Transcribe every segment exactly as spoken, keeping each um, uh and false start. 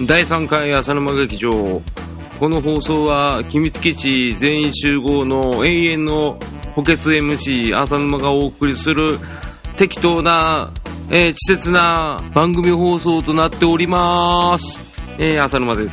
だいさんかい浅沼劇場。この放送は秘密基地全員集合の永遠の補欠 エムシー 浅沼がお送りする適当な、えー、稚拙な番組放送となっております。えー、浅沼です。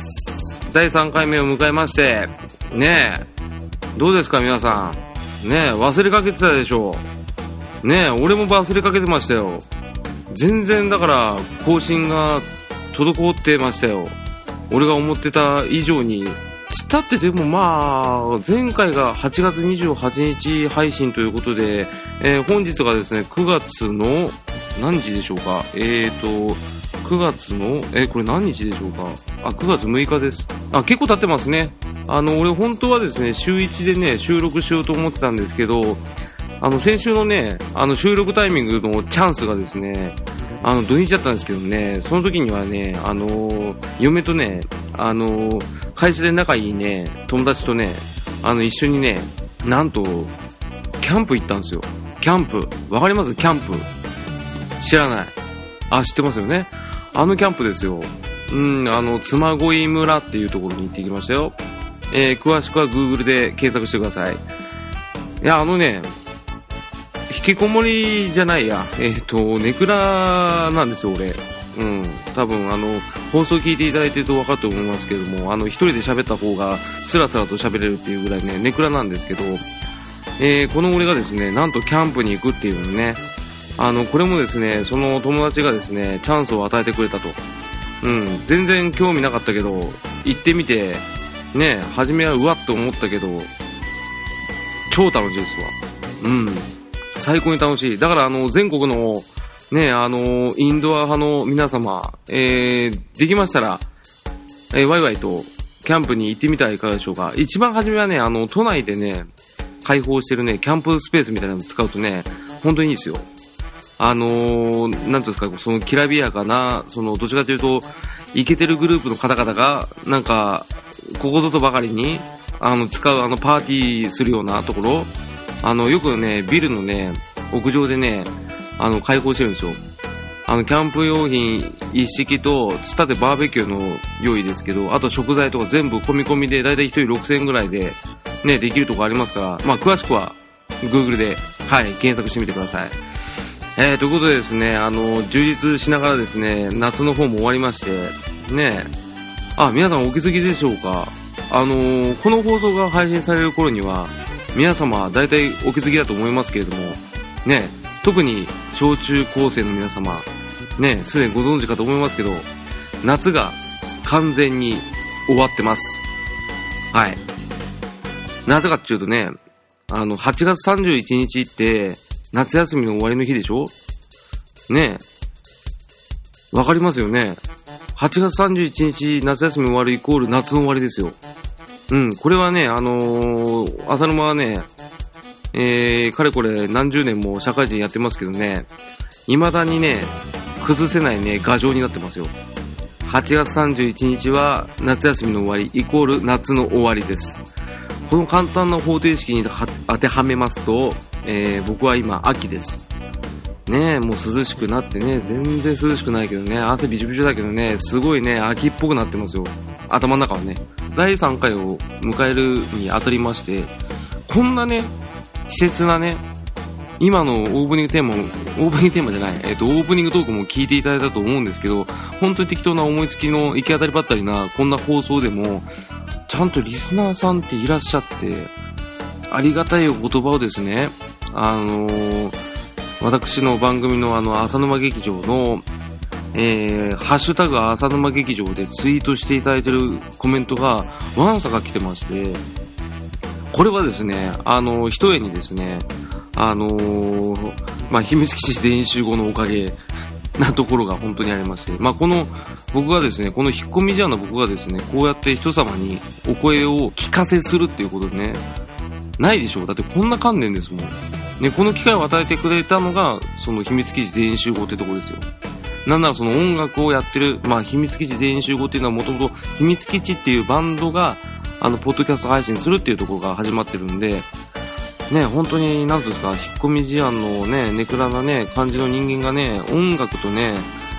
だいさんかいめを迎えましてねえ、どうですか皆さんねえ、忘れかけてたでしょうねえ。俺も忘れかけてましたよ。全然だから更新が滞ってましたよ。俺が思ってた以上に。つったってでもまあ前回がはちがつにじゅうはちにち配信ということで、えー、本日がですねくがつの何時でしょうか。えーとくがつのえー、これ何日でしょうか。あ、くがつむいかです。あ、結構経ってますね。あの俺本当はですね週いちでね収録しようと思ってたんですけど、あの先週のねあの収録タイミングのチャンスがですねあの土日だったんですけどね、その時にはねあのー、嫁とねあのー、会社で仲いいね友達とねあの一緒にねなんとキャンプ行ったんですよ。キャンプわかります？キャンプ知らない？あ、知ってますよね。あのキャンプですよ。うんあの妻恋村っていうところに行ってきましたよ。えー、詳しくは Google で検索してください。いやあのね引きこもりじゃないや、えっ、ー、とネクラなんですよ俺。うん、多分あの放送聞いていただいてると分かると思いますけども、あの一人で喋った方がスラスラと喋れるっていうぐらいねネクラなんですけど、えー、この俺がですねなんとキャンプに行くっていうのね、あのこれもですねその友達がですねチャンスを与えてくれたと。うん、全然興味なかったけど行ってみてね、初めはうわっと思ったけど超楽しいですわ。うん、最高に楽しい。だからあの全国のねあのインドア派の皆様、えー、できましたら、えー、ワイワイとキャンプに行ってみてはいかがでしょうか。一番初めはねあの都内でね開放してるねキャンプスペースみたいなのを使うとね本当にいいですよ。あのー、なんていうんですか、そのきらびやかなそのどっちかというとイケてるグループの方々がなんかここぞとばかりにあの使うあのパーティーするようなところ、あのよくねビルのね屋上でねあの開放してるんですよ。あのキャンプ用品一式とつったてバーベキューの用意ですけど、あと食材とか全部込み込みでだいたいひとりろくせんえんぐらいでねできるとこありますから、まあ詳しくは Google ではい検索してみてください。えー、ということでですねあの充実しながらですね夏の方も終わりましてね。あ、皆さんお気づきでしょうか。あのー、この放送が配信される頃には皆様大体お気づきだと思いますけれどもね、特に小中高生の皆様ねすでにご存知かと思いますけど、夏が完全に終わってます。はい。なぜかっていうとね、あのはちがつさんじゅういちにちって夏休みの終わりの日でしょねえ、わかりますよね。はちがつさんじゅういちにち夏休み終わるイコール夏の終わりですよ。うん、これはねあのー、浅沼はねえー、かれこれ何十年も社会人やってますけどね、未だにね崩せないね牙城になってますよ。はちがつさんじゅういちにちは夏休みの終わりイコール夏の終わりです。この簡単な方程式に当てはめますと、えー、僕は今秋ですね。えもう涼しくなってね、全然涼しくないけどね、汗びちょびちょだけどね、すごいね秋っぽくなってますよ。頭の中はねだいさんかいを迎えるにあたりまして、こんなね稚拙なね今のオープニングテーマもオープニングテーマじゃない、えーとオープニングトークも聞いていただいたと思うんですけど、本当に適当な思いつきの行き当たりばったりなこんな放送でもちゃんとリスナーさんっていらっしゃって、ありがたいお言葉をですね、あのー、私の番組のあの浅沼劇場の、えー、ハッシュタグ浅沼劇場でツイートしていただいてるコメントがわんさか来てまして、これはですねあの一重にですねあのー、まあ秘密基地全員集合のおかげなところが本当にありまして、まあこの僕がですねこの引っ込み思案の僕がですねこうやって人様にお声を聞かせするっていうことでねないでしょう。だってこんな観念ですもんね。この機会を与えてくれたのがその秘密基地全員集合ってところですよ。なんならその音楽をやってる、まあ秘密基地全員集合っていうのはもともと秘密基地っていうバンドがあのポッドキャスト配信するっていうところが始まってるんでね、本当になんていうんですか、引っ込み思案のねネクラなね感じの人間がね音楽とね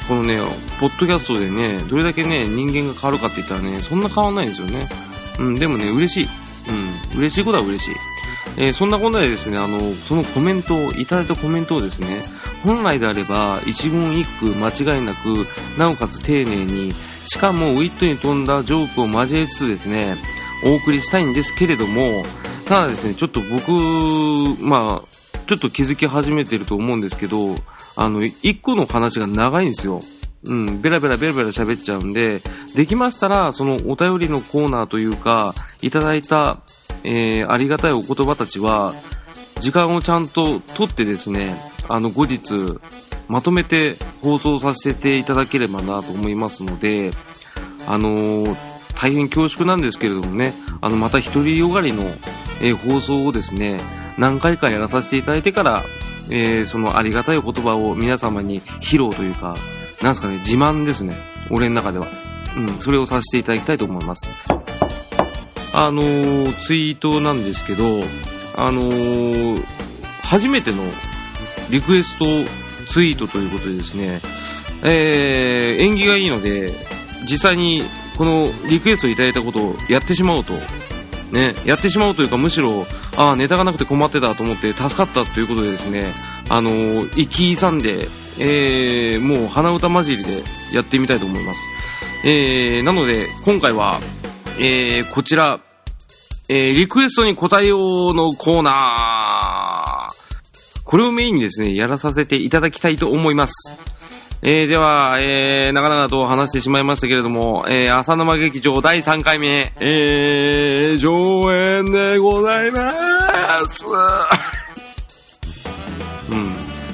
このね、ポッドキャストでね、どれだけね、人間が変わるかって言ったらね、そんな変わんないんですよね。うん、でもね、嬉しい。うん、嬉しいことは嬉しい。えー、そんなことでですね、あの、そのコメントを、いただいたコメントをですね、本来であれば、一言一句間違いなく、なおかつ丁寧に、しかもウィットに富んだジョークを交えつつですね、お送りしたいんですけれども、ただですね、ちょっと僕、まあ、ちょっと気づき始めてると思うんですけど、あの、一個の話が長いんですよ。うん、ベラベラベラベラ喋っちゃうんで、できましたら、そのお便りのコーナーというか、いただいた、えー、ありがたいお言葉たちは、時間をちゃんと取ってですね、あの、後日、まとめて放送させていただければなと思いますので、あのー、大変恐縮なんですけれどもね、あの、また一人よがりの、えー、放送をですね、何回かやらさせていただいてから、えー、そのありがたいお言葉を皆様に披露というか、なんすかね、自慢ですね。俺の中では。うん、それをさせていただきたいと思います。あのー、ツイートなんですけど、あのー、初めてのリクエストツイートということでですね、えー、縁起がいいので、実際にこのリクエストいただいたことをやってしまおうと。ね、やってしまおうというか、むしろ、ああ、ネタがなくて困ってたと思って助かったということでですね、あのー、生き勇んで、えー、もう鼻歌混じりでやってみたいと思います。えー、なので、今回は、えー、こちら、えー、リクエストに答えようのコーナー。これをメインにですね、やらさせていただきたいと思います。えー、では、えー、長々と話してしまいましたけれども、えー、浅沼劇場だいさんかいめ、えー、上演でございます。うん。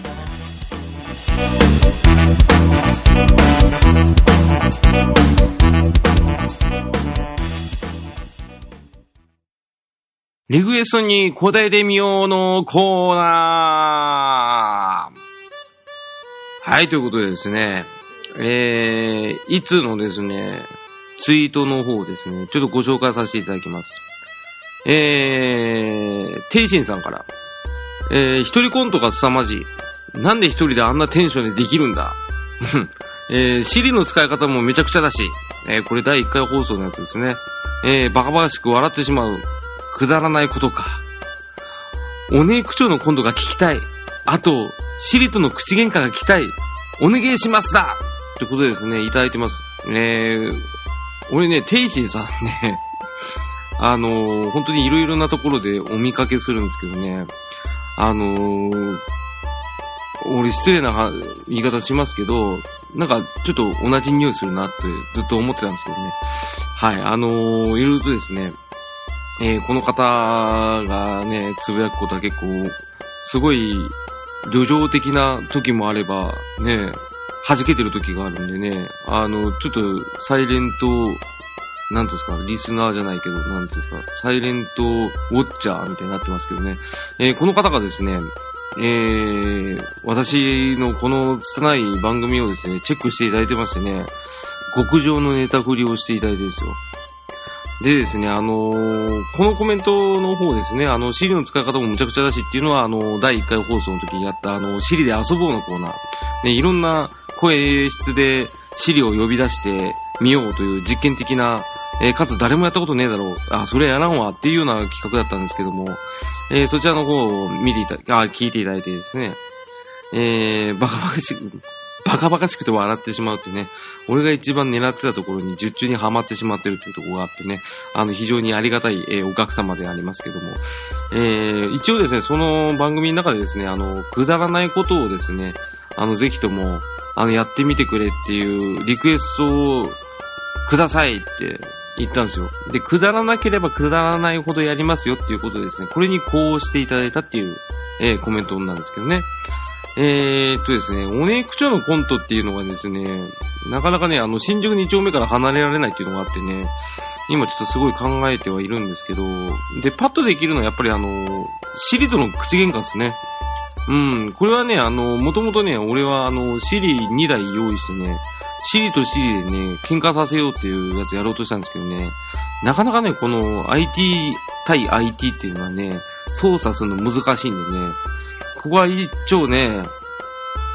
リクエストに答えてみようのコーナー。はい、ということでですね、えー、いつのですね、ツイートの方ですね、ちょっとご紹介させていただきます。えー、テイシンさんから、えー、一人コントが凄まじい。なんで一人であんなテンションでできるんだ。えー、シリの使い方もめちゃくちゃだし、えー、これだいいっかい放送のやつですね。えー、バカバカしく笑ってしまう。くだらないことか。おねえ口調のコントが聞きたい。あと、シリとの口喧嘩が聞きたい。お願いしますだということでですね、いただいてます。えー、俺ね、テイシンさんね、あのー、本当にいろいろなところでお見かけするんですけどね、あのー、俺失礼な言い方しますけど、なんかちょっと同じ匂いするなってずっと思ってたんですけどね。はい、あのー、いろいろとですね、えー、この方がね、つぶやくことは結構、すごい、旅情的な時もあれば、ね、弾けてる時があるんでね、あの、ちょっと、サイレント、なんですか、リスナーじゃないけど、なんですか、サイレントウォッチャーみたいになってますけどね。えー、この方がですね、えー、私のこの拙い番組をですね、チェックしていただいてましてね、極上のネタ振りをしていただいてですよ。でですね、あのー、このコメントの方ですね、あの、シリの使い方もむちゃくちゃだしっていうのは、あの、だいいっかい放送の時にやった、あの、シリで遊ぼうのコーナー。ね、いろんな声質でシリを呼び出してみようという実験的な、えー、かつ誰もやったことねえだろう。あ、それやらんわっていうような企画だったんですけども、えー、そちらの方を見ていた、あ、聞いていただいてですね、えー、バカバカしく、バカバカしくて笑ってしまうっていうね、俺が一番狙ってたところに術中にはまってしまってるというところがあってね、あの非常にありがたい、えー、お客様でありますけども、えー、一応ですね、その番組の中でですね、あの、くだらないことをですね、あの、ぜひとも、あの、やってみてくれっていうリクエストをくださいって言ったんですよ。で、くだらなければくだらないほどやりますよっていうことでですね、これにこうしていただいたっていう、えー、コメントなんですけどね。えーっとですね、おねえ口調のコントっていうのがですね、なかなかね、あの、新宿に丁目から離れられないっていうのがあってね、今ちょっとすごい考えてはいるんですけど、で、パッとできるのはやっぱりあの、シリとの口喧嘩ですね。うん、これはね、あの、もともとね、俺はあの、シリにだい用意してね、シリとシリでね、喧嘩させようっていうやつやろうとしたんですけどね、なかなかね、この アイティー 対 アイティー っていうのはね、操作するの難しいんでね、ここは一応ね、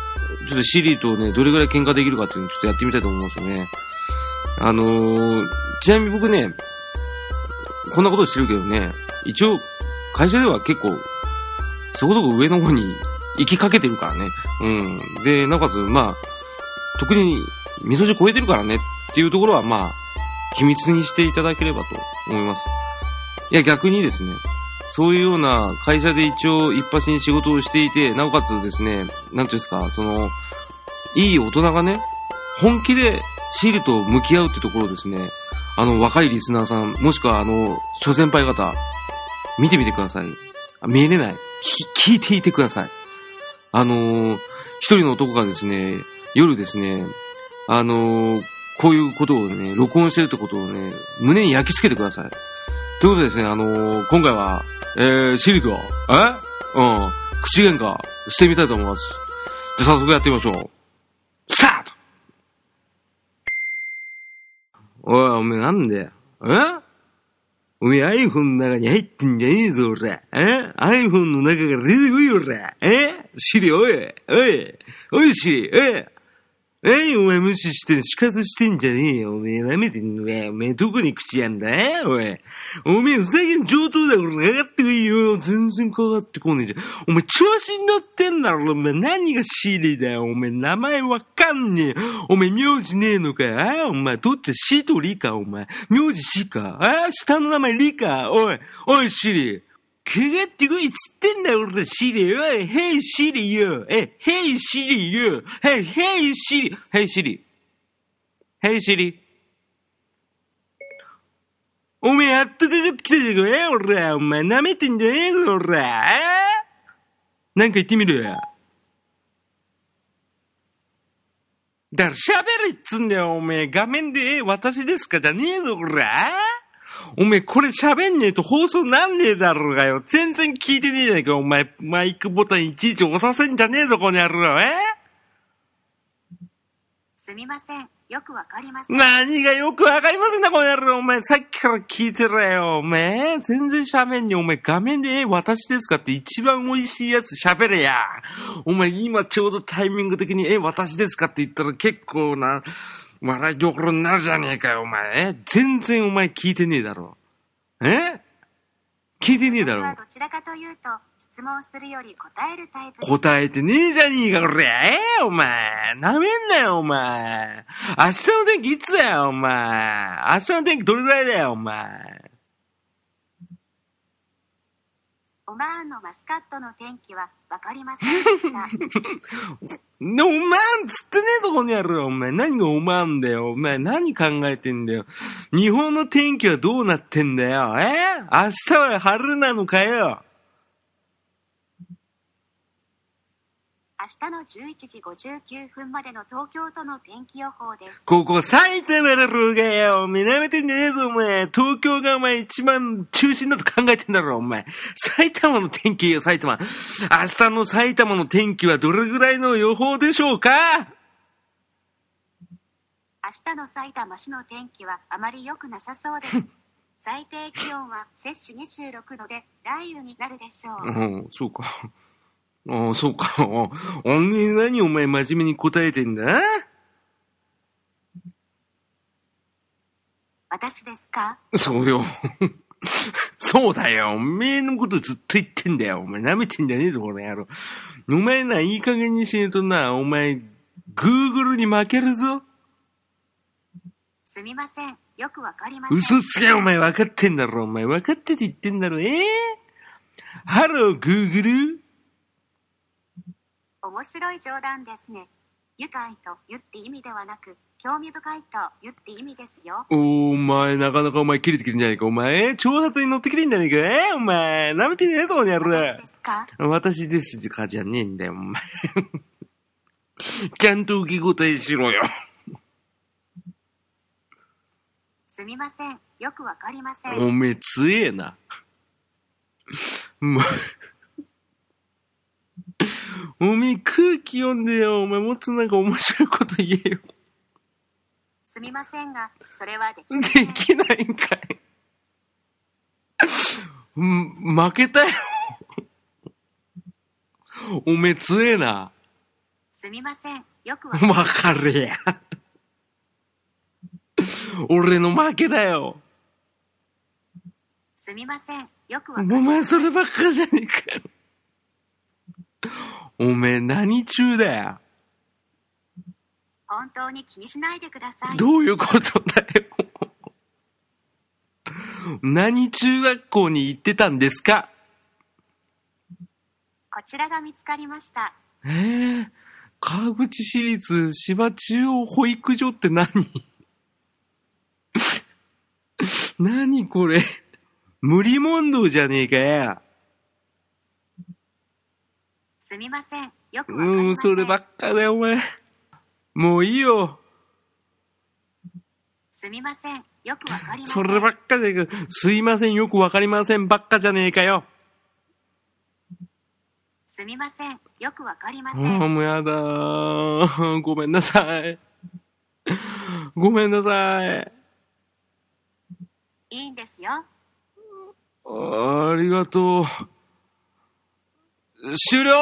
ちょっとシリとね、どれぐらい喧嘩できるかっていうのをちょっとやってみたいと思いますね。あのー、ちなみに僕ね、こんなことしてるけどね、一応、会社では結構、そこそこ上の方に行きかけてるからね。うん。で、なおかつ、まあ、特に、味噌汁超えてるからねっていうところは、まあ、秘密にしていただければと思います。いや、逆にですね、そういうような会社で一応一発に仕事をしていて、なおかつですね、なんていうんですか、その、いい大人がね、本気でシールと向き合うってところですね、あの、若いリスナーさん、もしくはあの、諸先輩方、見てみてください。あ、見れない。聞いていてください。あのー、一人の男がですね、夜ですね、あのー、こういうことをね、録音してるってことをね、胸に焼き付けてください。ということでですね、あのー、今回は、えー、シリと、えうん、口喧嘩してみたいと思います。じゃ、早速やってみましょう。スタート。おい、おめえなんでえおめえ iPhone の中に入ってんじゃねえぞ、俺。え ?iPhone の中から出てこいよ、俺。えシリ、おい、おい、おい、シリ、おい。えお前無視して仕方してんじゃねえよ。おめえ舐めてんのかよ。おめえどこに口やんだえおい。おめえふざけん上等だからかかってこいよ。全然かかってこねえじゃん。お前調子に乗ってんだろ。お前何がシリだよ。お前名前わかんねえ。お前名字ねえのかよ。あお前どっちシとリかお前。名字シか。あ下の名前リか。おい、おいシリ。かかってこいっつってんだよ、俺だ、シリ。おい、ヘイシリよ。え、ヘイシリよ。ヘイ、ヘイシリ。ヘイシリ。ヘイシリ。おめえ、やっとかかってきたじゃんか、え、俺ら。お前、舐めてんじゃねえぞ、俺ら。えなんか言ってみるよ。だから喋れっつんだよ、おめえ。画面で、え、私ですかじゃねえぞ、俺ら。おめえ、これ喋んねえと放送なんねえだろうがよ。全然聞いてねえじゃねえか、お前。マイクボタンいちいち押させんじゃねえぞ、この野郎、えすみません。よくわかりません。 何がよくわかりませんな、この野郎。お前、さっきから聞いてろよ、お前。全然喋んねえ。お前、画面で、え、私ですかって一番美味しいやつ喋れや。お前、今ちょうどタイミング的に、え、私ですかって言ったら結構な、笑いどころになるじゃねえかよ、お前。全然お前聞いてねえだろ。え聞いてねえだろ。 私はどちらかというと、質問するより答えるタイプです。 答えてねえじゃねえか、これ。えー、お前。なめんなよ、お前。明日の天気いつだよ、お前。明日の天気どれぐらいだよ、お前。 オマーンのマスカットの天気はわかりませんでした。 おまんつってねえぞ、この野郎。お前、何がおまんだよ。お前、何考えてんだよ。日本の天気はどうなってんだよ。えー、明日は春なのかよ。 明日のじゅういちじごじゅうきゅうふんまでの東京都の天気予報です。 ここ埼玉だろうがよ。めなめてんじゃねえぞ、お前。東京がお前一番中心だと考えてんだろ、お前。埼玉の天気よ、埼玉。明日の埼玉の天気はどれぐらいの予報でしょうか？ 明日の埼玉市の天気はあまり良くなさそうです。最低気温は摂氏にじゅうろくどで雷雨になるでしょう。 うん、そうか。ああ、そうか。おめえ何お前真面目に答えてんだ？ 私ですか？ そうよ。そうだよ。おめえのことずっと言ってんだよ。お前舐めてんじゃねえぞ、この野郎。お前な、いい加減にしねえとな、お前、Google に負けるぞ。 すみません。よくわかりません。 嘘つけ、お前分かってんだろ、お前。分かってて言ってんだろ、えー、ハロー、Google？ 面白い冗談ですね。愉快と言って意味ではなく、興味深いと言って意味ですよ。 お前、なかなかお前切れてきてんじゃねえか、お前。挑発に乗ってきてんじゃねえか、えー、お前。舐めてねえぞ、この野郎。 私ですか？ 私ですかじゃねえんだよ、お前。ちゃんと受け答えしろよ。 すみません。よくわかりません。 おめえ、強えな。もう。おめえ空気読んでよ。お前もっとなんか面白いこと言えよ。 すみませんが、それはできません。 できないんかい。ん、負けたよ。おめえ強えな。 すみません。よくわかりません。 わかれや。俺の負けだよ。 すみません。よくわかりません。 お前そればっかじゃねえかよ。おめえ何中だよ。 本当に気にしないでください。 どういうことだよ。何中学校に行ってたんですか？ こちらが見つかりました。 えー、川口市立芝中央保育所って何？何これ？無理問答じゃねえかや。 すみません。よくわかりません。 うん、そればっかだよ、お前。もういいよ。 すみません。よくわかりません。 そればっかだけど、すいません、よくわかりませんばっかじゃねえかよ。 すみません。よくわかりません。 ああ、もうやだー。ごめんなさい。ごめんなさい。 いいんですよ。 ありがとう。終了。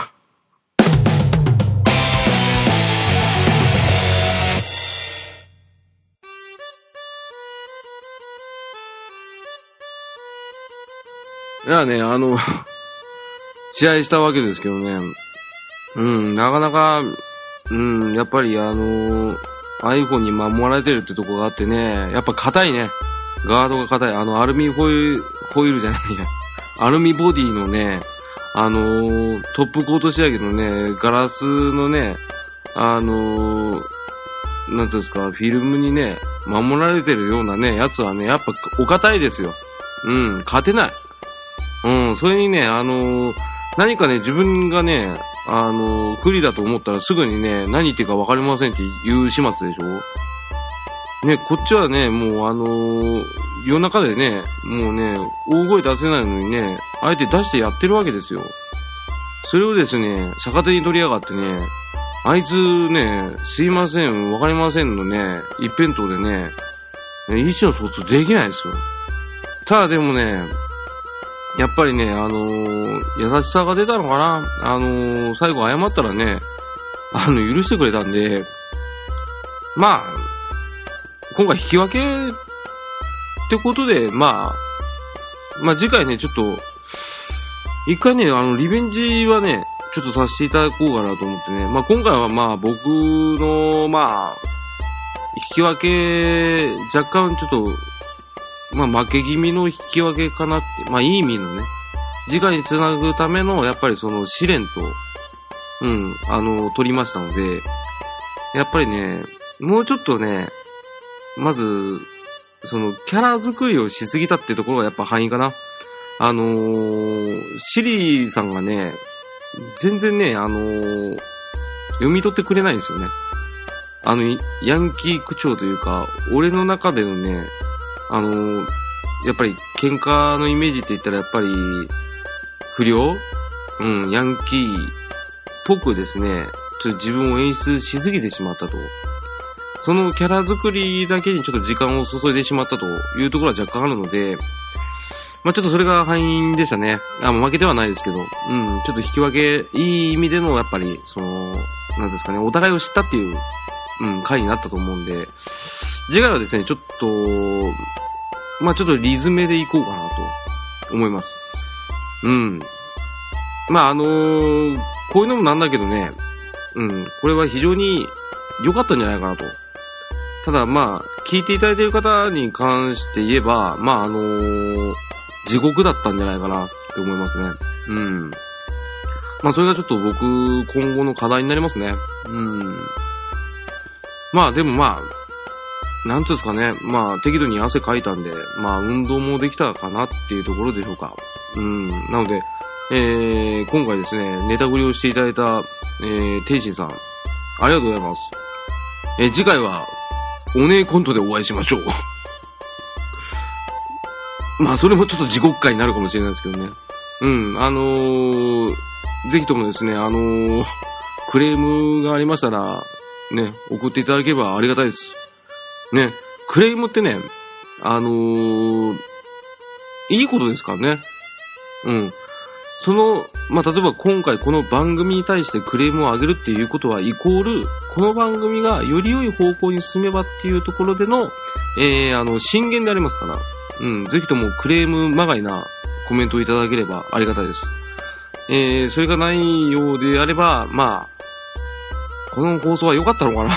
いやね、あの、試合したわけですけどね。うん、なかなか、うん、やっぱりあの、iPhone に守られてるってとこがあってね、やっぱ硬いね。ガードが硬い。あの、アルミホイル、ホイールじゃないや。アルミボディのね、あのー、トップコート仕上げのね、ガラスのね、あのー、なんていうんですか、フィルムにね、守られてるようなね、やつはね、やっぱお堅いですよ。うん、勝てない。うん、それにね、あのー、何かね、自分がね、あのー、不利だと思ったらすぐにね、何言ってるか分かりませんって言う始末でしょ？ね、こっちはね、もうあのー、夜中でね、もうね、大声出せないのにね、あえて出してやってるわけですよ。それをですね、逆手に取りやがってね、あいつね、すいません、わかりませんのね、一辺倒でね、意思の疎通できないですよ。ただでもね、やっぱりね、あのー、優しさが出たのかな？あのー、最後謝ったらね、あの、許してくれたんで、まあ、今回引き分けってことで、まあ、まあ次回ね、ちょっと、一回ね、あの、リベンジはね、ちょっとさせていただこうかなと思ってね。まあ今回はまあ僕の、まあ、引き分け、若干ちょっと、まあ負け気味の引き分けかなって、まあいい意味のね、次回につなぐための、やっぱりその試練と、うん、あの、取りましたので、やっぱりね、もうちょっとね、まず、その、キャラ作りをしすぎたってところがやっぱ範囲かな。あのー、シリーさんがね、全然ね、あのー、読み取ってくれないんですよね。あの、ヤンキー口調というか、俺の中でのね、あのー、やっぱり喧嘩のイメージって言ったらやっぱり、不良？うん、ヤンキーっぽくですね、ちょっと自分を演出しすぎてしまったと。そのキャラ作りだけにちょっと時間を注いでしまったというところは若干あるので、まあちょっとそれが敗因でしたね。あ、負けではないですけど、うん、ちょっと引き分け、いい意味でのやっぱり、その、なんですかね、お互いを知ったっていう、うん、回になったと思うんで、次回はですね、ちょっと、まあちょっとリズムでいこうかなと思います。うん。まああのー、こういうのもなんだけどね、うん、これは非常に良かったんじゃないかなと。ただまあ、聞いていただいている方に関して言えば、まああのー、地獄だったんじゃないかなって思いますね。うん。まあそれがちょっと僕、今後の課題になりますね。うん。まあでもまあ、なんつうんですかね。まあ適度に汗かいたんで、まあ運動もできたかなっていうところでしょうか。うん。なので、えー、今回ですね、ネタ振りをしていただいた、えー、天心さん、ありがとうございます。えー、次回は、おねえコントでお会いしましょう。まあ、それもちょっと地獄回になるかもしれないですけどね。うん、あのー、ぜひともですね、あのー、クレームがありましたら、ね、送っていただければありがたいです。ね、クレームってね、あのー、いいことですからね。うん。 その、まあ、例えば今回この番組に対してクレームを上げるっていうことは、イコール、この番組がより良い方向に進めばっていうところでの、えー、あの、進言でありますから、うん、ぜひともクレームまがいなコメントをいただければありがたいです。えー、それがないようであれば、まあ、この放送は良かったのかな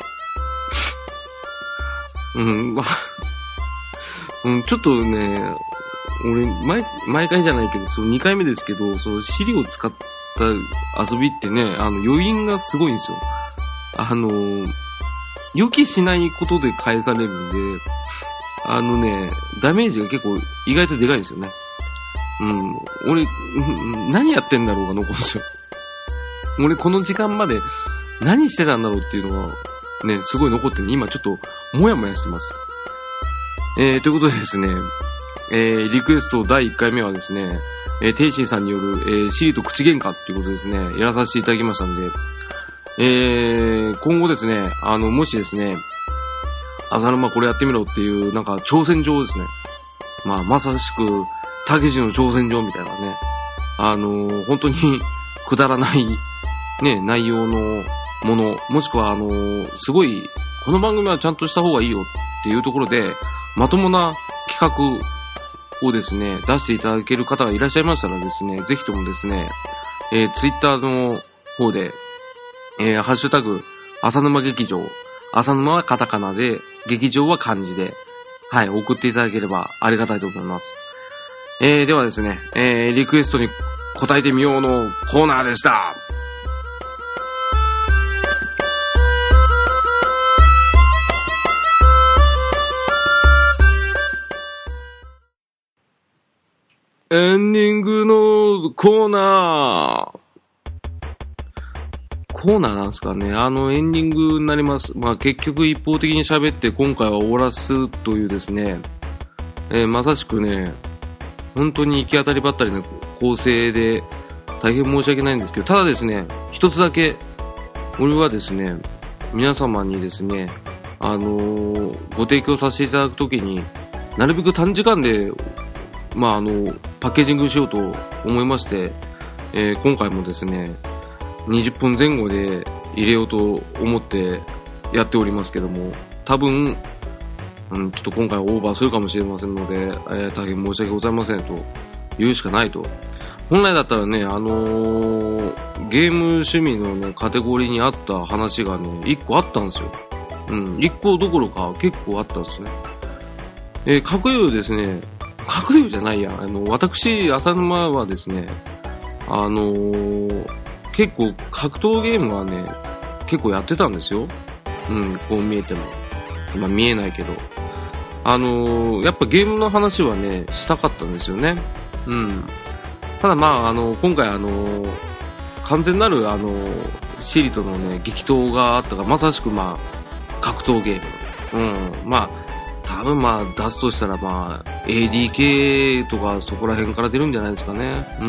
うん、まあ、うん、ちょっとね、俺、毎、毎回じゃないけど、そのにかいめですけど、そのシリを使った遊びってね、あの、余韻がすごいんですよ。あの、予期しないことで返されるんで、あのね、ダメージが結構意外とでかいんですよね。うん。俺、何やってんだろうが残るんですよ。俺、この時間まで何してたんだろうっていうのが、ね、すごい残ってる、ね、今ちょっと、もやもやしてます。えー、ということでですね、えー、リクエストだいいっかいめはですね、えー、テイシンさんによる、えー、シリと口喧嘩っていうことですね、やらさせていただきましたんで、えー、今後ですね、あの、もしですね、浅沼これやってみろっていう、なんか挑戦状ですね。まあ、まさしく、たけしの挑戦状みたいなね、あのー、本当にくだらない、ね、内容のもの、もしくはあのー、すごい、この番組はちゃんとした方がいいよっていうところで、まともな企画、をですね、出していただける方がいらっしゃいましたらですね、ぜひともですね、えー、ツイッターの方で、えー、ハッシュタグ、浅沼劇場、浅沼はカタカナで、劇場は漢字で、はい、送っていただければありがたいと思います。えー、ではですね、えー、リクエストに答えてみようのコーナーでした。エンディングのコーナー。コーナーなんですかね。あの、エンディングになります。まあ、結局一方的に喋って今回は終わらすというですね、えー、まさしくね、本当に行き当たりばったりの構成で大変申し訳ないんですけど、ただですね、一つだけ、俺はですね、皆様にですね、あのー、ご提供させていただくときに、なるべく短時間で、まあ、あの、パッケージングしようと思いまして、えー、今回もですね、にじゅっぷんぜん後で入れようと思ってやっておりますけども、多分、うん、ちょっと今回はオーバーするかもしれませんので、えー、大変申し訳ございませんと言うしかないと。本来だったらね、あのー、ゲーム趣味のね、カテゴリーにあった話がね、いっこあったんですよ。うん、いっこどころか結構あったんですね。えー、かくいうですね、かくいうじゃないや、あの、私、浅沼はですね、あのー、結構格闘ゲームはね、結構やってたんですよ。うん、こう見えても。今見えないけど。あのー、やっぱゲームの話はね、したかったんですよね。うん。ただまあ、あのー、今回あのー、完全なるあのー、シリとのね、激闘があったが、まさしくまあ、格闘ゲーム。うん。まあ、多分まあ、出すとしたらまあ、エーディーケー とかそこら辺から出るんじゃないですかね。うん。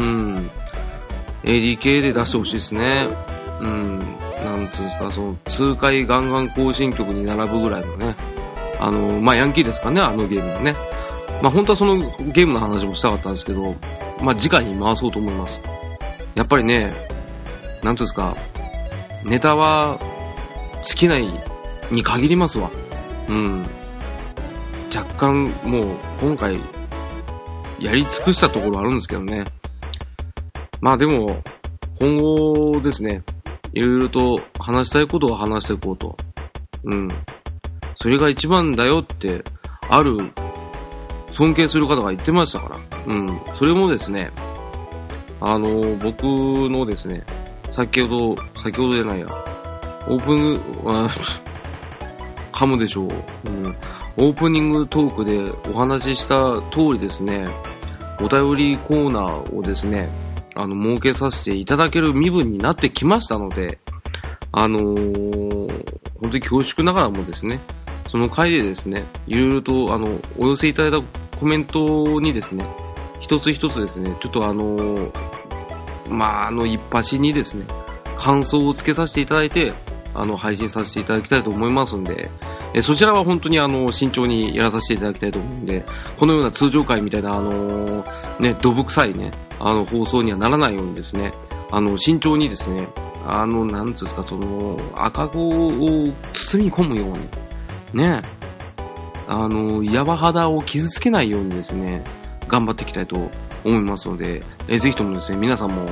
エーディーケー で出してほしいですね。うん。なんつうんですか、その、痛快ガンガン更新曲に並ぶぐらいのね。あの、まあ、ヤンキーですかね、あのゲームのね。まあ、本当はそのゲームの話もしたかったんですけど、まあ、次回に回そうと思います。やっぱりね、なんつうんですか、ネタは、尽きないに限りますわ。うん。若干、もう、今回、やり尽くしたところあるんですけどね。まあでも、今後ですね、いろいろと話したいことを話していこうと。うん。それが一番だよって、ある、尊敬する方が言ってましたから。うん。それもですね、あの、僕のですね、先ほど、先ほどじゃないや、オープング、あ、噛むでしょう。うん。オープニングトークでお話しした通りですね、お便りコーナーをですね、あの、設けさせていただける身分になってきましたので、あのー、本当に恐縮ながらもですね、その回でですね、いろいろと、あの、お寄せいただいたコメントにですね、一つ一つですね、ちょっとあのー、まあ、あの、一発にですね、感想をつけさせていただいて、あの、配信させていただきたいと思いますんで、えそちらは本当にあの、慎重にやらさせていただきたいと思うんで、このような通常回みたいな、あのー、ね、どぶ臭いね、 あの、放送にはならないようにですね、あの、慎重にですね、あの、なんつうんですか、その、赤子を包み込むように、ね、あの、ヤバ肌を傷つけないようにですね、頑張っていきたいと思いますので、えー、ぜひともですね、皆さんも、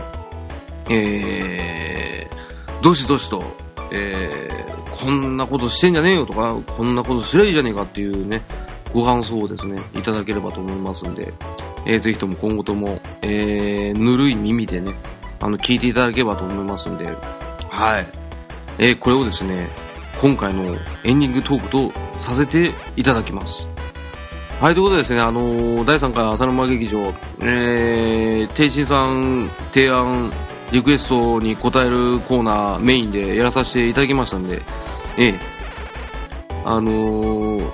えー、どしどしと、えー、こんなことしてんじゃねえよとか、こんなことすりゃいいじゃねえかっていうね、ご感想をですね、いただければと思いますんで、えー、ぜひとも今後とも、えー、ぬるい耳でね、あの、聞いていただければと思いますんで、はい。えー、これをですね、今回のエンディングトークとさせていただきます。はい、ということでですね、あのー、だいさんかい浅沼劇場、えー、天心さん提案、リクエストに答えるコーナーメインでやらさせていただきましたんで、ええ、あのー、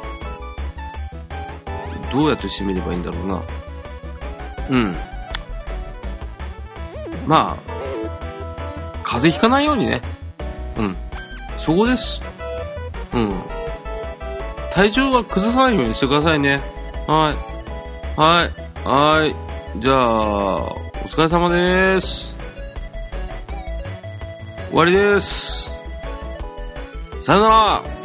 どうやって締めればいいんだろうな。うん。まあ、風邪ひかないようにね。うん。そこです。うん。体調は崩さないようにしてくださいね。はい。はい。はい。じゃあ、お疲れ様です。終わりです。さよなら。